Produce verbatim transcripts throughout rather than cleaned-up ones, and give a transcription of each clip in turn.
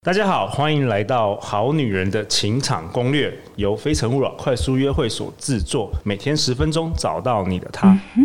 大家好，欢迎来到好女人的情场攻略，由非诚勿扰快速约会所制作，每天十分钟，找到你的他。嗯、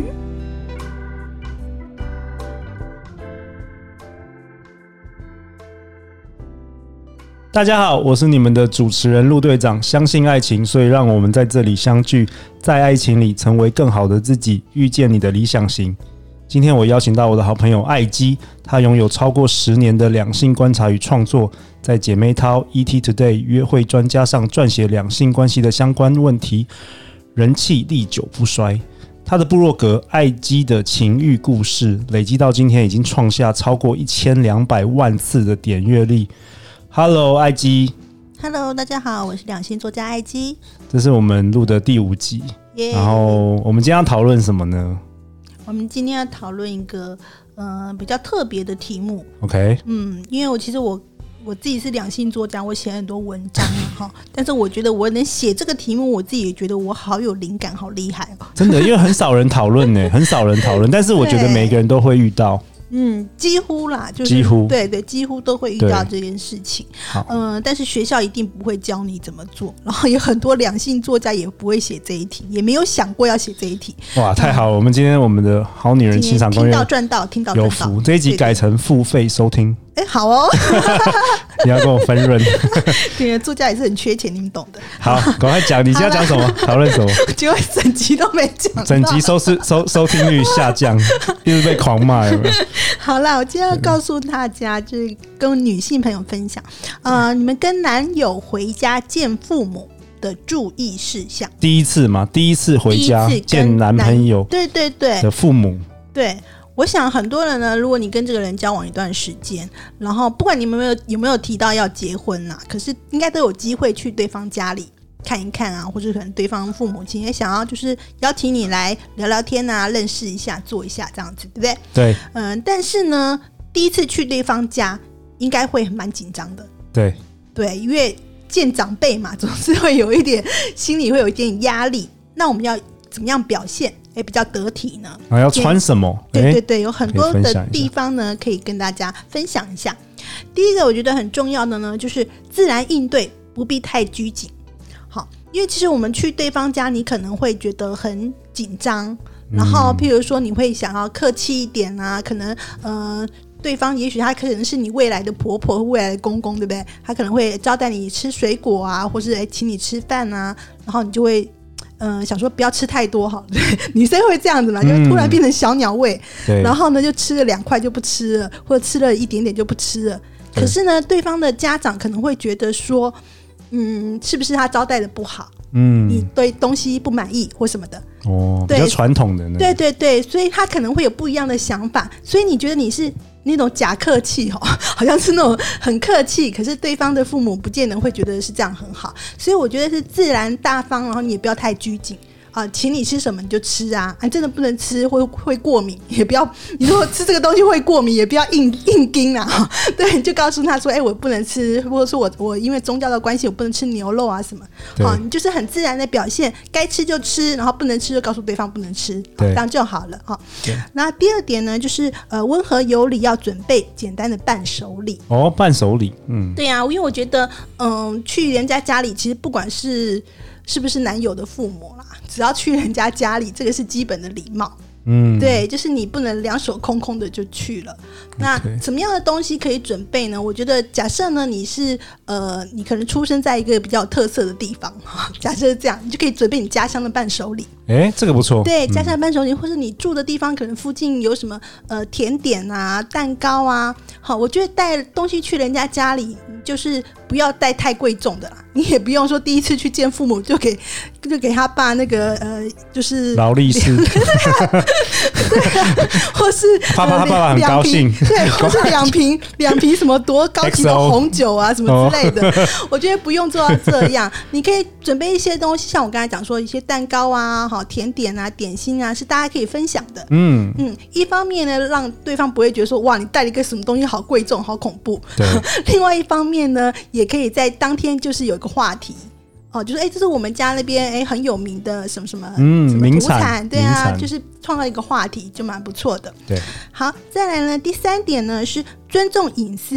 大家好，我是你们的主持人陆队长。相信爱情，所以让我们在这里相聚，在爱情里成为更好的自己，遇见你的理想型。今天我邀请到我的好朋友艾姬，她拥有超过十年的两性观察与创作，在姐妹淘、E T Today 约会专家上撰写两性关系的相关问题，人气历久不衰。她的部落格艾姬的情欲故事，累积到今天已经创下超过一千两百万次的点阅率。Hello， 艾姬。 Hello， 大家好，我是两性作家艾姬。 这是我们录的第五集， yeah. 然后我们今天要讨论什么呢？ 我们今天要讨论一个呃比较特别的题目。 OK， 嗯，因为我其实我我自己是两性作家，我写很多文章哈，但是我觉得我能写这个题目，我自己也觉得我好有灵感，好厉害哦。真的，因为很少人讨论呢，很少人讨论，但是我觉得每个人都会遇到。 嗯，几乎啦，就是几乎对对，几乎都会遇到这件事情。嗯，但是学校一定不会教你怎么做，然后有很多两性作家也不会写这一题，也没有想过要写这一题。 哇，太好了！嗯、我们今天我们的好女人情场攻略听到赚到，听到赚到。 有福，这一集改成付费收听。 哎、欸，好哦， 你要跟我分润。 对，作家也是很缺钱，你们懂的。 好，赶快讲，你今天要讲什么？讨论什么？ 结果整集都没讲， 整集收视收收听率下降，一直被狂骂，有没有？ 好啦，我今天要告诉大家，就是跟女性朋友分享，呃，你们跟男友回家见父母的注意事项。 第一次嘛，第一次回家见男朋友， 对对对的父母， 对。我想很多人呢，如果你跟这个人交往一段时间，然后不管你们有没有有没有提到要结婚啊，可是应该都有机会去对方家里看一看啊，或者可能对方父母亲也想要就是邀请你来聊聊天啊，认识一下，做一下这样子，对不对？ 对。 嗯，但是呢，第一次去对方家应该会蛮紧张的。 对。 对，因为见长辈嘛，总是会有一点心里会有一点压力。那我们要怎么样表现？也比较得体呢、 啊、要穿什么？ 对对对，有很多的地方呢可以跟大家分享一下。第一个我觉得很重要的呢，就是自然应对，不必太拘谨。好，因为其实我们去对方家，你可能会觉得很紧张，然后譬如说你会想要客气一点啊，可能呃对方也许他可能是你未来的婆婆、未来的公公，对不对？他可能会招待你吃水果啊，或是来请你吃饭啊，然后你就会嗯、呃，想说不要吃太多好了，女生会这样子嘛，就突然变成小鸟胃、嗯，然后呢就吃了两块就不吃了，或者吃了一点点就不吃了。可是呢，对方的家长可能会觉得说，嗯，是不是他招待的不好？嗯，你对东西不满意或什么的哦，比较传统的那， 对对对，所以他可能会有不一样的想法，所以你觉得你是那种假客气哦，好像是那种很客气，可是对方的父母不见得会觉得是这样很好，所以我觉得是自然大方，然后你也不要太拘谨啊，请你吃什么你就吃啊，啊真的不能吃会会过敏，也不要你如果吃这个东西会过敏，也不要硬硬盯啊，对，你就告诉他说，哎、欸，我不能吃，或者说我我因为宗教的关系我不能吃牛肉啊什么，好，你就是很自然的表现，该吃就吃，然后不能吃就告诉对方不能吃，这样就好了哈。那第二点呢，就是呃温和有礼，要准备简单的伴手礼哦，伴手礼，嗯， 对啊，因为我觉得嗯、呃、去人家家里，其实不管是是不是男友的父母啦，只要去人家家里，这个是基本的礼貌。嗯，对，就是你不能两手空空的就去了。那什么样的东西可以准备呢？我觉得假设呢你是呃你可能出生在一个比较有特色的地方，假设是这样，你就可以准备你家乡的伴手礼。 哎，这个不错。 对，家乡的伴手礼、嗯、或是你住的地方可能附近有什么呃甜点啊、蛋糕啊，好，我觉得带东西去人家家里，就是不要带太贵重的啦，你也不用说第一次去见父母就给就给他爸那个呃就是劳力士。 对啊，或是爸爸他爸爸很高兴， 对，或是两瓶两瓶什么多高级的红酒啊什么之类的，我觉得不用做到这样，你可以准备一些东西，像我刚才讲说一些蛋糕啊、好甜点啊、点心啊，是大家可以分享的。嗯嗯，一方面呢，让对方不会觉得说哇，你带了一个什么东西好贵重、好恐怖。对。另外一方面呢，也可以在当天就是有一个话题。哦，就是哎、欸，这是我们家那边哎很有名的什么什么嗯什么土产，对啊，就是创造一个话题就蛮不错的。 对， 好，再来呢，第三点呢是尊重隐私，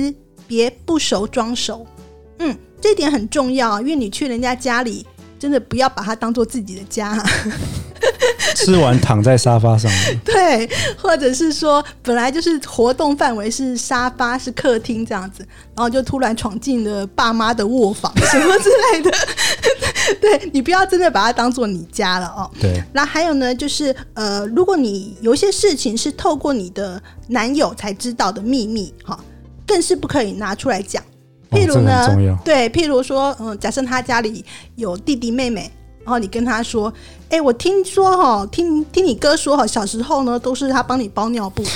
别不熟装熟。嗯，这一点很重要，因为你去人家家里，真的不要把它当做自己的家、啊。 吃完躺在沙发上面对，或者是说本来就是活动范围是沙发是客厅这样子，然后就突然闯进了爸妈的卧房什么之类的对，你不要真的把它当做你家了哦。 对， 那还有呢就是呃，如果你有一些事情是透过你的男友才知道的秘密、哦、更是不可以拿出来讲。譬如呢、哦、对，譬如说、嗯、假设他家里有弟弟妹妹，然后你跟他说，哎、欸，我听说齁，听听你哥说齁，小时候呢都是他帮你包尿布，类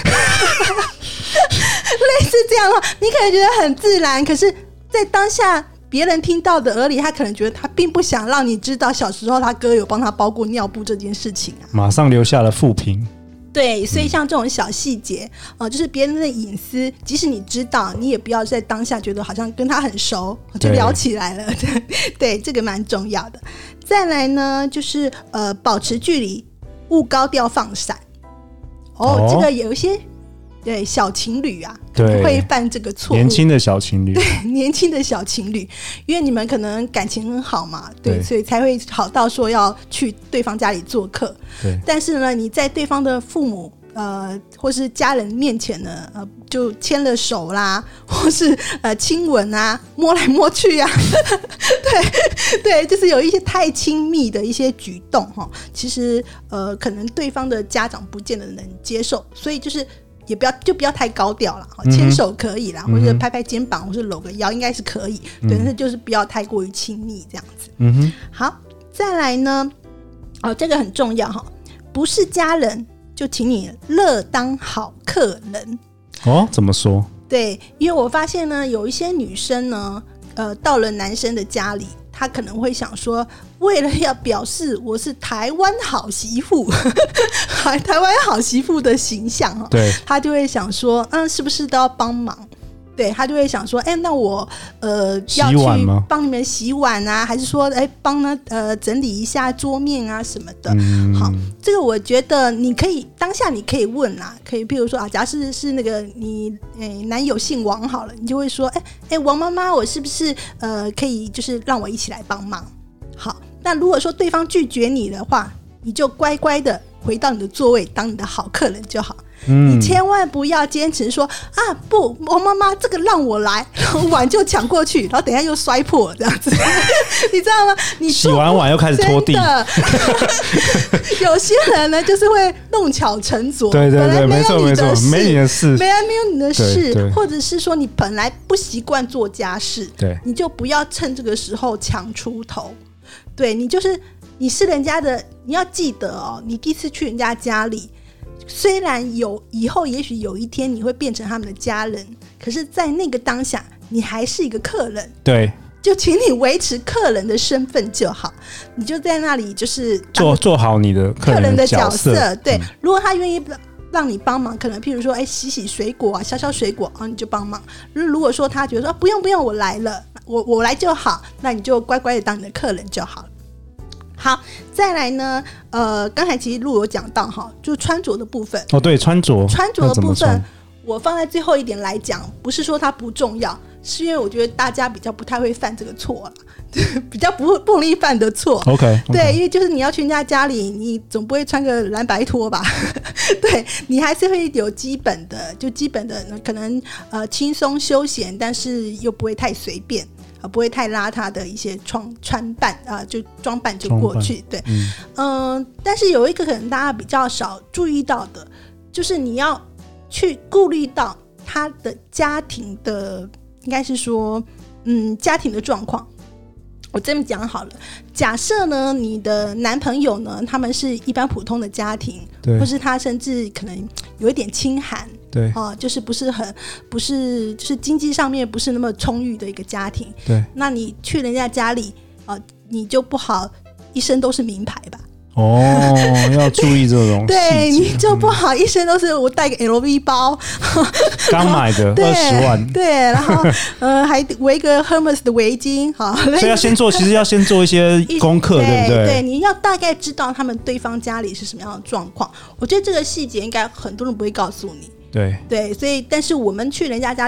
似这样的话，你可能觉得很自然，可是在当下别人听到的耳里，他可能觉得他并不想让你知道小时候他哥有帮他包过尿布这件事情啊， 马上留下了负评。 对，所以像这种小细节、嗯呃、就是别人的隐私，即使你知道，你也不要在当下觉得好像跟他很熟就聊起来了。 对, 对，这个蛮重要的。再来呢就是呃保持距离，勿高调放闪。 哦, 哦这个有一些对小情侣啊可能会犯这个错误， 年轻的小情侣， 对，年轻的小情侣，因为你们可能感情很好嘛， 对, 对，所以才会好到说要去对方家里做客。 对， 但是呢，你在对方的父母呃或是家人面前呢，呃就牵了手啦，或是呃亲吻啊，摸来摸去啊，对对，就是有一些太亲密的一些举动哈，其实呃可能对方的家长不见得能接受，所以就是也不要就不要太高调了，牵手可以啦、嗯、或者拍拍肩膀或者搂个腰应该是可以、嗯、对，但是就是不要太过于亲密这样子。 嗯哼， 好，再来呢，哦，这个很重要哈，不是家人就请你乐当好客人。 哦，怎么说？ 对，因为我发现呢，有一些女生呢，呃，到了男生的家里，她可能会想说，为了要表示我是台湾好媳妇台湾好媳妇的形象， 对， 她就会想说，嗯，是不是都要帮忙？对，他就会想说，哎，那我呃要去帮你们洗碗啊，还是说，哎，帮呢呃整理一下桌面啊什么的。嗯、好，这个我觉得你可以当下你可以问啦，可以，譬如说啊，假设是那个你哎男友姓王好了，你就会说，哎哎，王妈妈，我是不是呃可以就是让我一起来帮忙？好，那如果说对方拒绝你的话，你就乖乖的回到你的座位，当你的好客人就好。嗯、你千万不要坚持说啊不，王妈妈这个让我来，然后碗就抢过去，然后等一下又摔破了这样子你知道吗？你洗完碗又开始拖地有些人呢就是会弄巧成拙， 对对对，没错没错，没你的事， 本来没有你的事，或者是说你本来不习惯做家事， 对， 你就不要趁这个时候强出头。对，你就是你是人家的，你要记得哦，你第一次去人家家里，虽然有以后也许有一天你会变成他们的家人，可是在那个当下你还是一个客人， 对， 就请你维持客人的身份就好，你就在那里就是做做好你的客人的角色， 客人的角色。对、嗯、如果他愿意让你帮忙，可能譬如说哎洗洗水果啊，削削水果啊，你就帮忙。如果说他觉得说、啊、不用不用，我来了，我我来就好，那你就乖乖的当你的客人就好了。好，再来呢，呃，刚才其实陆有讲到哈，就穿着的部分。 哦，对，穿着， 穿着的部分，我放在最后一点来讲，不是说它不重要，是因为我觉得大家比较不太会犯这个错了，比较不不容易犯的错。 OK， 对，因为就是你要去人家家里，你总不会穿个蓝白拖吧？对，你还是会有基本的，就基本的可能呃轻松休闲，但是又不会太随便。不会太邋遢的一些穿穿扮啊、呃，就装扮就过去，对，嗯、呃，但是有一个可能大家比较少注意到的，就是你要去顾虑到他的家庭的，应该是说，嗯，家庭的状况。我这么讲好了，假设呢，你的男朋友呢，他们是一般普通的家庭，或是他甚至可能有一点清寒， 对， 哦、呃，就是不是很不是就是经济上面不是那么充裕的一个家庭， 对， 那你去人家家里，呃，你就不好一身都是名牌吧。 哦，要注意这种对，你就不好一身都是我带个 L V 包刚买的二十万， 对，然后呃还围个 Hermes 的围巾，好， 所以要先做，其实要先做一些功课，对不对？ 对，你要大概知道他们对方家里是什么样的状况。我觉得这个细节应该很多人不会告诉你， 对对，所以但是我们去人家家里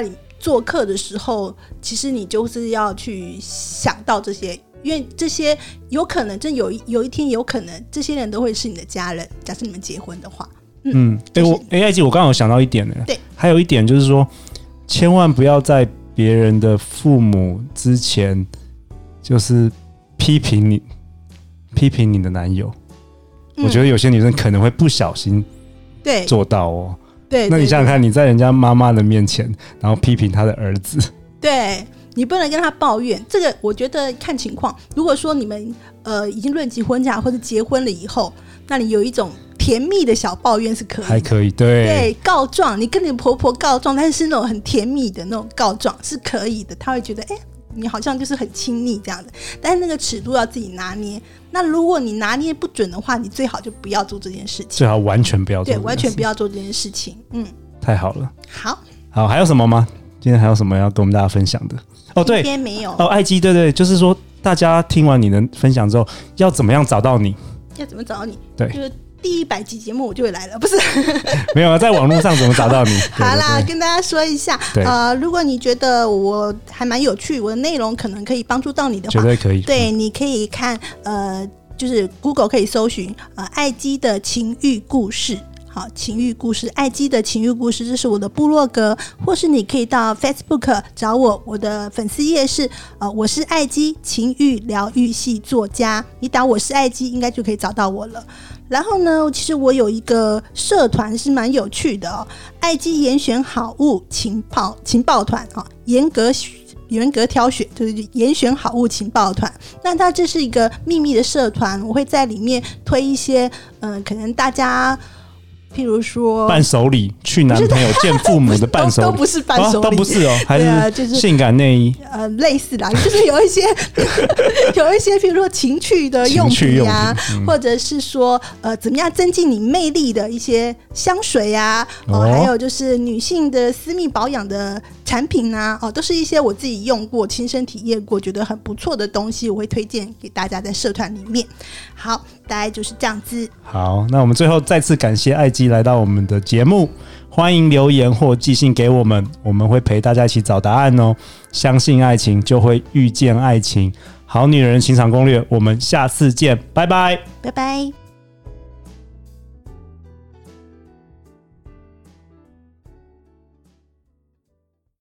做客的时候，其实你就是要去想到这些，因为这些有可能真有有一天有可能这些人都会是你的家人，假设你们结婚的话。 嗯，哎、嗯，我哎，艾姬，我刚刚有想到一点呢。 对， 还有一点就是说，千万不要在别人的父母之前，就是批评你，批评你的男友。嗯、我觉得有些女生可能会不小心对做到哦。 对， 那你想想看，你在人家妈妈的面前，然后批评她的儿子， 对你不能跟他抱怨。这个我觉得看情况。如果说你们呃已经论及婚嫁或者结婚了以后，那你有一种甜蜜的小抱怨是可以的， 还可以，对对，告状，你跟你婆婆告状，但是那种很甜蜜的那种告状是可以的，他会觉得哎、欸，你好像就是很亲密这样的，但是那个尺度要自己拿捏。那如果你拿捏不准的话，你最好就不要做这件事情， 最好完全不要做这件事， 对，完全不要做这件事情。嗯， 太好了， 好， 好，还有什么吗？今天还有什么要跟我们大家分享的？哦，对， 今天没有哦，艾姬，对对，就是说大家听完你的分享之后，要怎么样找到你？ 要怎么找到你？ 对， 就是第一百集节目我就会来了，不是？ 没有啊，在网络上怎么找到你？ 好啦，跟大家说一下，呃，如果你觉得我还蛮有趣，我的内容可能可以帮助到你的话， 绝对可以。 对，你可以看，呃，就是 Google 可以搜寻呃艾姬的情欲故事。好，情欲故事，艾姬的情欲故事，这是我的部落格，或是你可以到 Facebook 找我，我的粉丝页是呃，我是艾姬情欲疗愈系作家，你打我是艾姬应该就可以找到我了。然后呢，其实我有一个社团是蛮有趣的哦，艾姬严选好物情报情报团啊，严格严格挑选，就是严选好物情报团。那它这是一个秘密的社团，我会在里面推一些嗯、呃，可能大家。譬如说伴手礼，去男朋友见父母的伴手礼都, 都不是伴手礼、 啊，都不是哦，还是性感内衣、 啊就是、呃类似啦，就是有一些有一些譬如说情趣的用品啊，品嗯、或者是说呃怎么样增进你魅力的一些香水啊，哦，哦还有就是女性的私密保养的产品啊，哦，都是一些我自己用过、亲身体验过，觉得很不错的东西，我会推荐给大家在社团里面。好，大概就是这样子。 好，那我们最后再次感谢艾姬来到我们的节目，欢迎留言或寄信给我们，我们会陪大家一起找答案哦。相信爱情，就会遇见爱情。好女人情场攻略，我们下次见，拜拜， 拜拜。